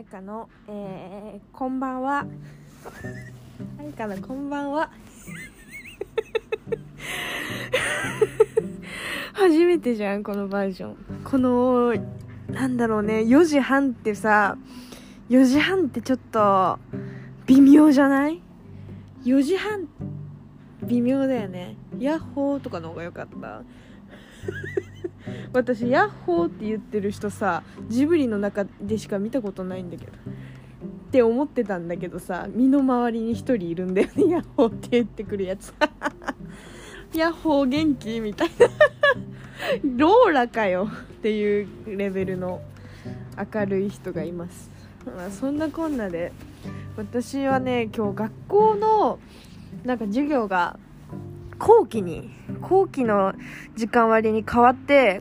かの、こんばんは。はるかのこんばんは。初めてじゃんこのバージョン。このなんだろうね、4時半ってさ、4時半ってちょっと微妙じゃない？ 4 時半微妙だよね。ヤッホーとかの方が良かった私ヤッホーって言ってる人さ、ジブリの中でしか見たことないんだけどって思ってたんだけどさ、身の回りに一人いるんだよね、ヤッホーって言ってくるやつヤッホー元気みたいなローラかよっていうレベルの明るい人がいます。まあ、そんなこんなで私はね、今日学校のなんか授業が後期の時間割に変わって、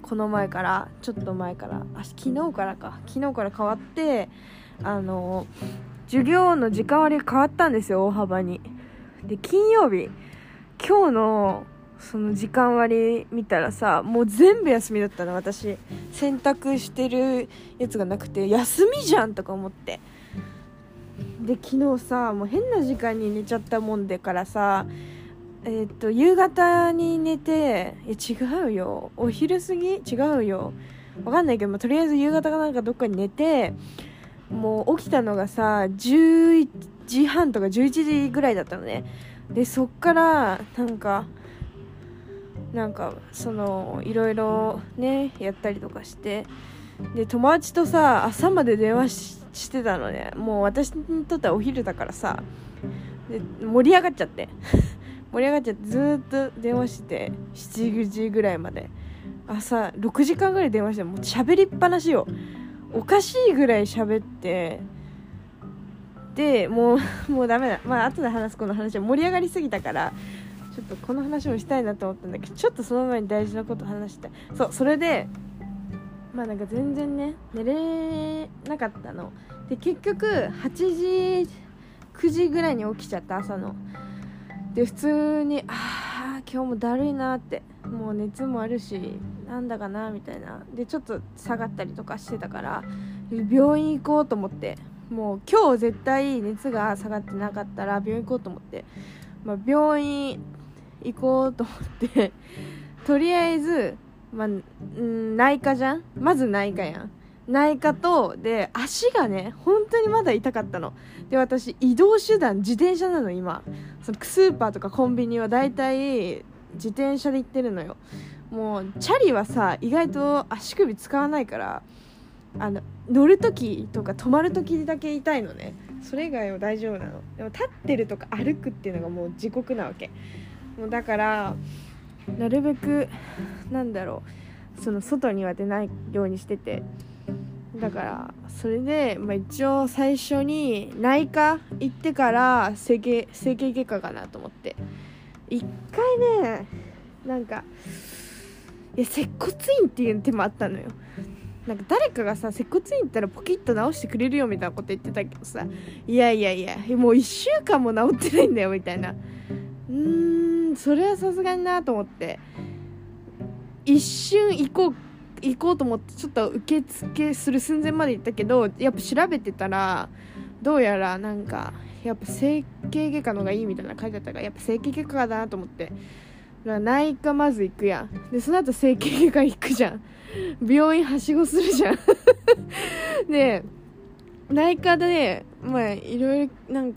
この前からちょっと前から昨日から変わって、授業の時間割が変わったんですよ、大幅に。で、金曜日今日のその時間割見たらさ、もう全部休みだったの。私選択してるやつがなくて、休みじゃんとか思って、で昨日さ、もう変な時間に寝ちゃったもんでからさ、夕方に寝て、違うよ、お昼過ぎ、違うよ、わかんないけど、とりあえず夕方かなんかどっかに寝て、もう起きたのがさ11時半とか11時ぐらいだったのね。でそっからなんかそのいろいろねやったりとかして、で友達とさ朝まで電話してたのね。もう私にとってはお昼だからさ、で盛り上がっちゃってずーっと電話して7時ぐらいまで、朝6時間ぐらい電話して、もう喋りっぱなしよ。おかしいぐらい喋って、でもうダメだ。まあ後で話すこの話は盛り上がりすぎたから、ちょっとこの話もしたいなと思ったんだけど、ちょっとその前に大事なこと話したい。それでまあなんか全然ね寝れなかったので、結局8時9時ぐらいに起きちゃった、朝の。で普通に今日もだるいなって、もう熱もあるしなんだかなみたいなで、ちょっと下がったりとかしてたから、病院行こうと思って、もう今日絶対熱が下がってなかったら病院行こうと思って、病院行こうと思ってとりあえず、内科じゃん。まず内科やん。内科と、で足がね本当にまだ痛かったので、私移動手段自転車なの今。そのスーパーとかコンビニはだいたい自転車で行ってるのよ。もうチャリはさ意外と足首使わないから、乗るときとか止まるときだけ痛いのね。それ以外は大丈夫なの。でも立ってるとか歩くっていうのがもう地獄なわけ。もうだからなるべくその外には出ないようにしてて、だからそれで、一応最初に内科行ってから整形外科かなと思って、一回ね接骨院っていう手もあったのよ。なんか誰かがさ、接骨院行ったらポキッと治してくれるよみたいなこと言ってたけどさ、いやもう1週間も治ってないんだよみたいな。それはさすがになと思って、一瞬行こうと思って、ちょっと受付する寸前まで行ったけど、やっぱ調べてたらどうやらやっぱ整形外科の方がいいみたいな書いてあったから、やっぱ整形外科だなと思って、内科まず行くやん。でその後整形外科行くじゃん。病院はしごするじゃんで内科でいろいろ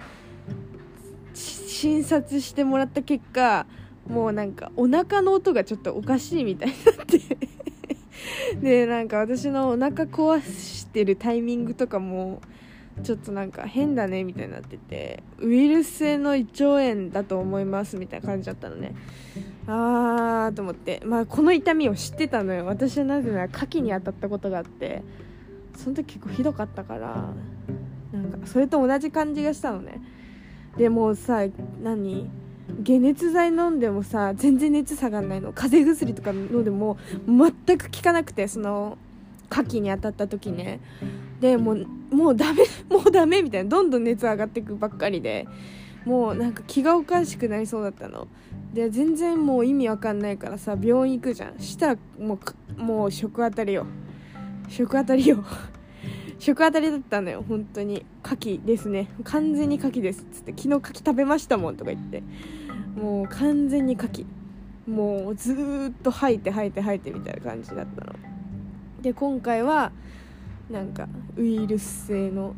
診察してもらった結果、もうお腹の音がちょっとおかしいみたいになってで私のお腹壊してるタイミングとかもちょっと変だねみたいになってて、ウイルス性の胃腸炎だと思いますみたいな感じだったのね。と思って、この痛みを知ってたのよ。私はなぜなら牡蠣に当たったことがあって、その時結構ひどかったから、それと同じ感じがしたのね。でもうさ、解熱剤飲んでもさ全然熱下がんないの。風邪薬とか飲んでも全く効かなくて、その牡蠣に当たった時ね。でもうダメみたいな、どんどん熱上がっていくばっかりで、もう気がおかしくなりそうだったので、全然もう意味わかんないからさ、病院行くじゃん。したらもう食当たりよ食当たりだったのよ。本当に牡蠣ですね、完全に牡蠣ですっつって、昨日牡蠣食べましたもんとか言って、もう完全に牡蠣、もうずーっと吐いてみたいな感じだったので、今回はなんかウイルス性の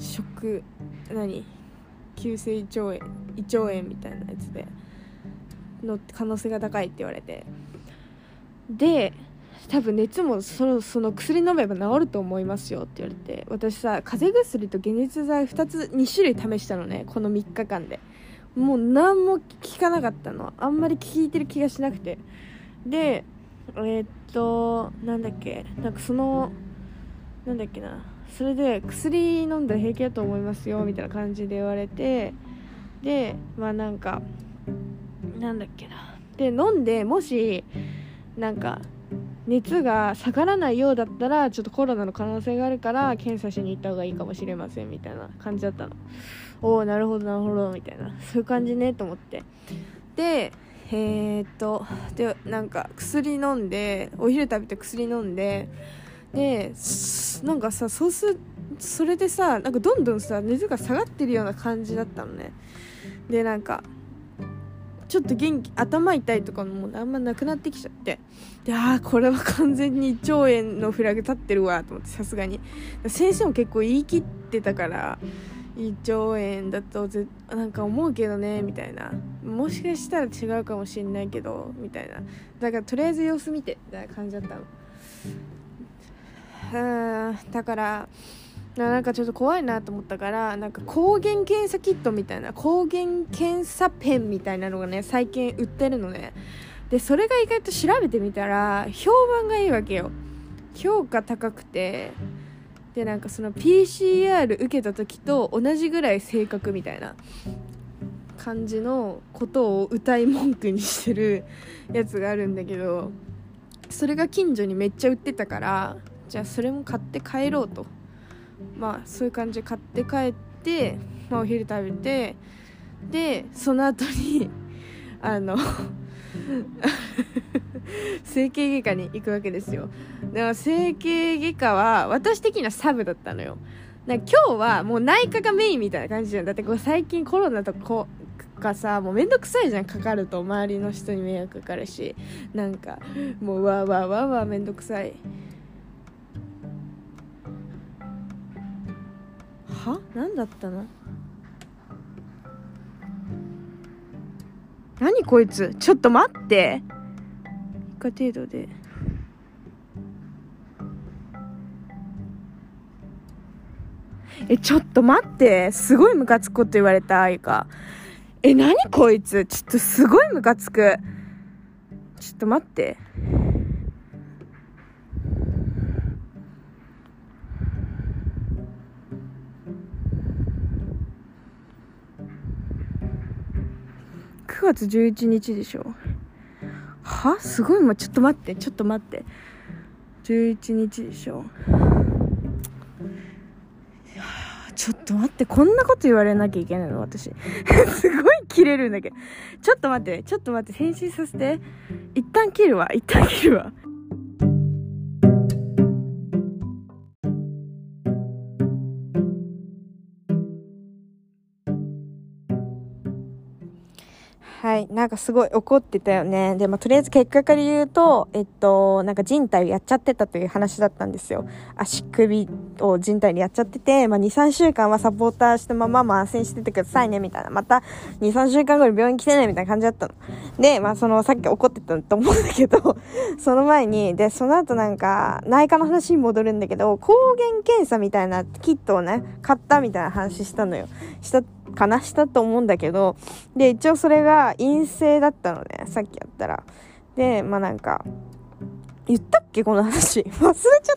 急性胃腸炎みたいなやつでの可能性が高いって言われて、で多分熱もその薬飲めば治ると思いますよって言われて、私さ、風邪薬と解熱剤2種類試したのね、この3日間で。もう何も効かなかったの、あんまり効いてる気がしなくて、でなんだっけな、それで薬飲んだら平気だと思いますよみたいな感じで言われて、でまあなんだっけな、で飲んで、もしなんか熱が下がらないようだったらちょっとコロナの可能性があるから検査しに行った方がいいかもしれませんみたいな感じだったの。おお、なるほどみたいな、そういう感じねと思って、でなんか薬飲んで、お昼食べて薬飲んで、でなんかさ、それでさ、なんかどんどんさ熱が下がってるような感じだったのね。でなんかちょっと頭痛いとかもあんまなくなってきちゃって、でこれは完全に胃腸炎のフラグ立ってるわと思って、さすがに先生も結構言い切ってたから、胃腸炎だとなんか思うけどねみたいな、もしかしたら違うかもしんないけどみたいな、だからとりあえず様子見てみたいな感じだったの。だからなんかちょっと怖いなと思ったから、なんか抗原検査キットみたいな、抗原検査ペンみたいなのがね最近売ってるのね。でそれが意外と調べてみたら評判がいいわけよ、評価高くて、でなんかその PCR 受けた時と同じぐらい正確みたいな感じのことを歌い文句にしてるやつがあるんだけど、それが近所にめっちゃ売ってたから、じゃあそれも買って帰ろうと、まあそういう感じで買って帰って、まあ、お昼食べて、でその後に整形外科に行くわけですよ。でも整形外科は私的にはサブだったのよ。今日はもう内科がメインみたいな感じじゃん。だって最近コロナとかさ、もうめんどくさいじゃん、かかると周りの人に迷惑かかるし、なんかもうわーめんどくさい。何だったの？何こいつ、ちょっと待って、1回程度でちょっと待って、すごいムカつくこと言われた。何こいつ、ちょっとすごいムカつく。ちょっと待って、9月11日でしょ。すごい、もうちょっと待って、11日でしょ。ちょっと待って、こんなこと言われなきゃいけないの私すごい切れるんだけど、ちょっと待って、返信させて。一旦切るわ。はい、なんかすごい怒ってたよね。で、とりあえず結果から言うと、なんか人体をやっちゃってたという話だったんですよ。足首を人体にやっちゃってて、2、3週間はサポーターしたまま安静しててくださいね、みたいな。また、2、3週間後に病院来てね、みたいな感じだったの。で、さっき怒ってたと思うんだけど、その前に、で、その後なんか、内科の話に戻るんだけど、抗原検査みたいなキットをね、買ったみたいな話したのよ。したと思うんだけど、で一応それが陰性だったのね、さっきやったら。でなんか言ったっけこの話忘れちゃった。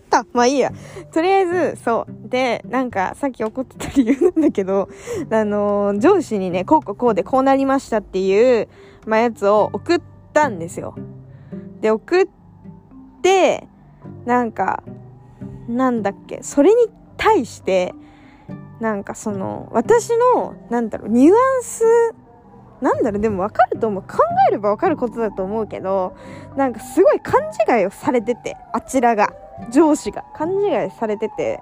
いいや、とりあえずそうで、なんかさっき怒ってた理由なんだけど、上司にね、こうでこうなりましたっていうやつを送ったんですよ。で送ってなんそれに対して私のニュアンスでも分かると思う、考えれば分かることだと思うけど、すごい勘違いをされてて、上司が勘違いされてて、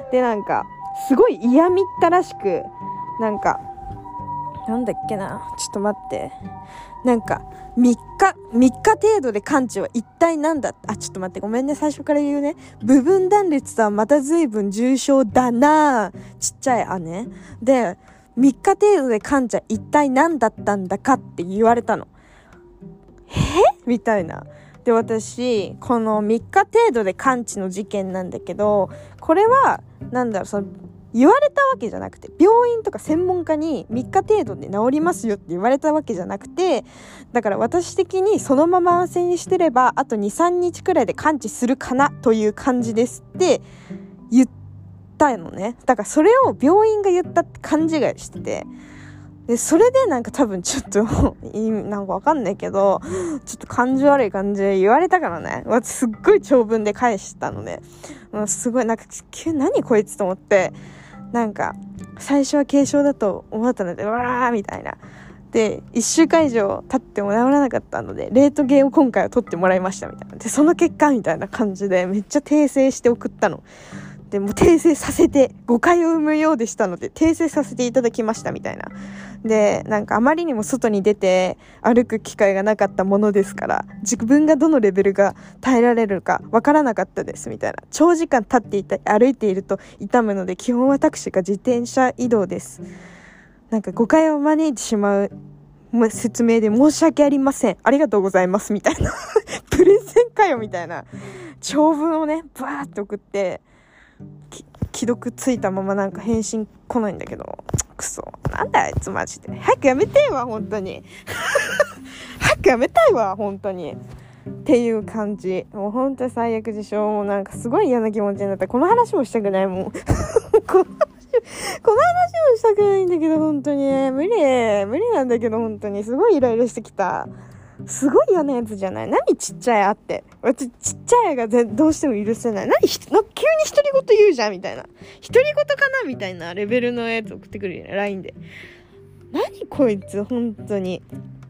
でなんかすごい嫌みったらしく、なんかなんだっけな、ちょっと待って、なんか3日程度で完治は一体なんだ、ちょっと待って、ごめんね、最初から言うね。部分断裂とはまた随分重症だな、ちっちゃい姉で、3日程度で完治は一体何だったんだかって言われたの。みたいな。で、私この3日程度で完治の事件なんだけど、これはなんだろう、その言われたわけじゃなくて、病院とか専門家に3日程度で治りますよって言われたわけじゃなくて、だから私的にそのまま安静にしてればあと 2,3 日くらいで完治するかなという感じですって言ったのね。だからそれを病院が言ったって勘違いしてて、でそれでなんか多分ちょっとなんかわかんないけど、ちょっと感じ悪い感じで言われたからね、私すっごい長文で返したのね。すごいなんか何こいつと思って、なんか最初は軽症だと思ったので、わーみたいな。で1週間以上経っても治らなかったのでレートゲーを今回は取ってもらいましたみたいな。でその結果みたいな感じでめっちゃ訂正して送ったので、もう訂正させて誤解を生むようでしたので訂正させていただきましたみたいな。でなんかあまりにも外に出て歩く機会がなかったものですから、自分がどのレベルが耐えられるかわからなかったですみたいな。長時間立って歩いていると痛むので基本私が自転車移動です。なんか誤解を招いてしまう説明で申し訳ありません、ありがとうございますみたいなプレゼンかよみたいな長文をねバーって送って、既読ついたままなんか返信来ないんだけど、クソなんだあいつマジで、早くやめてわ本当に早くやめたいわ本当にっていう感じ。もう本当最悪でしょ。もうなんかすごい嫌な気持ちになった。この話もしたくないもんこの話もしたくないんだけど本当に無理なんだけど、本当にすごいイライラしてきた。すごい嫌なやつじゃない？何ちっちゃいあって。私ちっちゃいがどうしても許せない。急に独り言言うじゃんみたいな。独り言かなみたいなレベルのやつ送ってくるよね LINE で。何こいつ本当に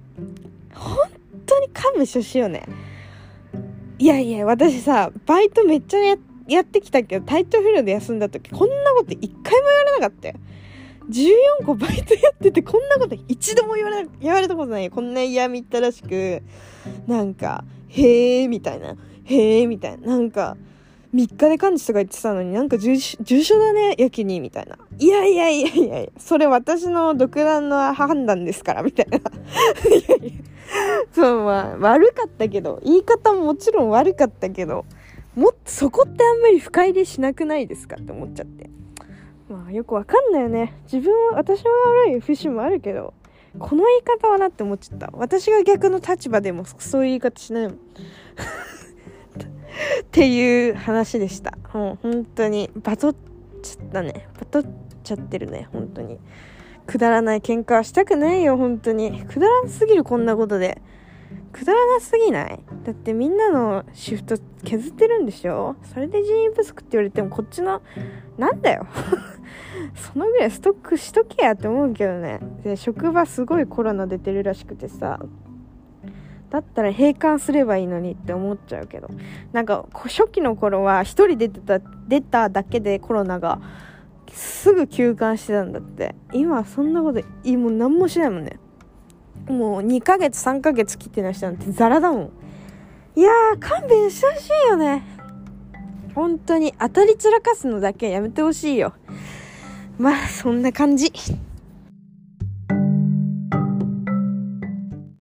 勘弁してほしいよね。いや私さバイトめっちゃやってきたけど、体調不良で休んだ時こんなこと一回も言われなかったよ。14個バイトやっててこんなこと一度も言われたことないよ。こんな嫌みったらしく、なんかへーみたいな、なんか3日で完治とか言ってたのになんか重症だねやけにみたいな。いやそれ私の独断の判断ですからみたいなそう、まあ悪かったけど、言い方ももちろん悪かったけど、もっとそこってあんまり深入りしなくないですかって思っちゃって。まあよくわかんないよね。私は悪い節もあるけど、この言い方はなって思っちゃった。私が逆の立場でもそういう言い方しないもんっていう話でした。もう本当にバトっちゃってるね。本当にくだらない喧嘩はしたくないよ。本当にくだらなすぎる。こんなことでくだらなすぎない？だってみんなのシフト削ってるんでしょ。それで人員不足って言われてもこっちのなんだよそのぐらいストックしとけやって思うけどね。で職場すごいコロナ出てるらしくてさ、だったら閉館すればいいのにって思っちゃうけど、なんか初期の頃は一人出ただけでコロナがすぐ休館してたんだって。今はそんなこともう何もしないもんね。もう2ヶ月3ヶ月切ってない人なんてザラだもん。いやー勘弁してほしいよね。本当に当たり散らかすのだけやめてほしいよ。まあそんな感じ。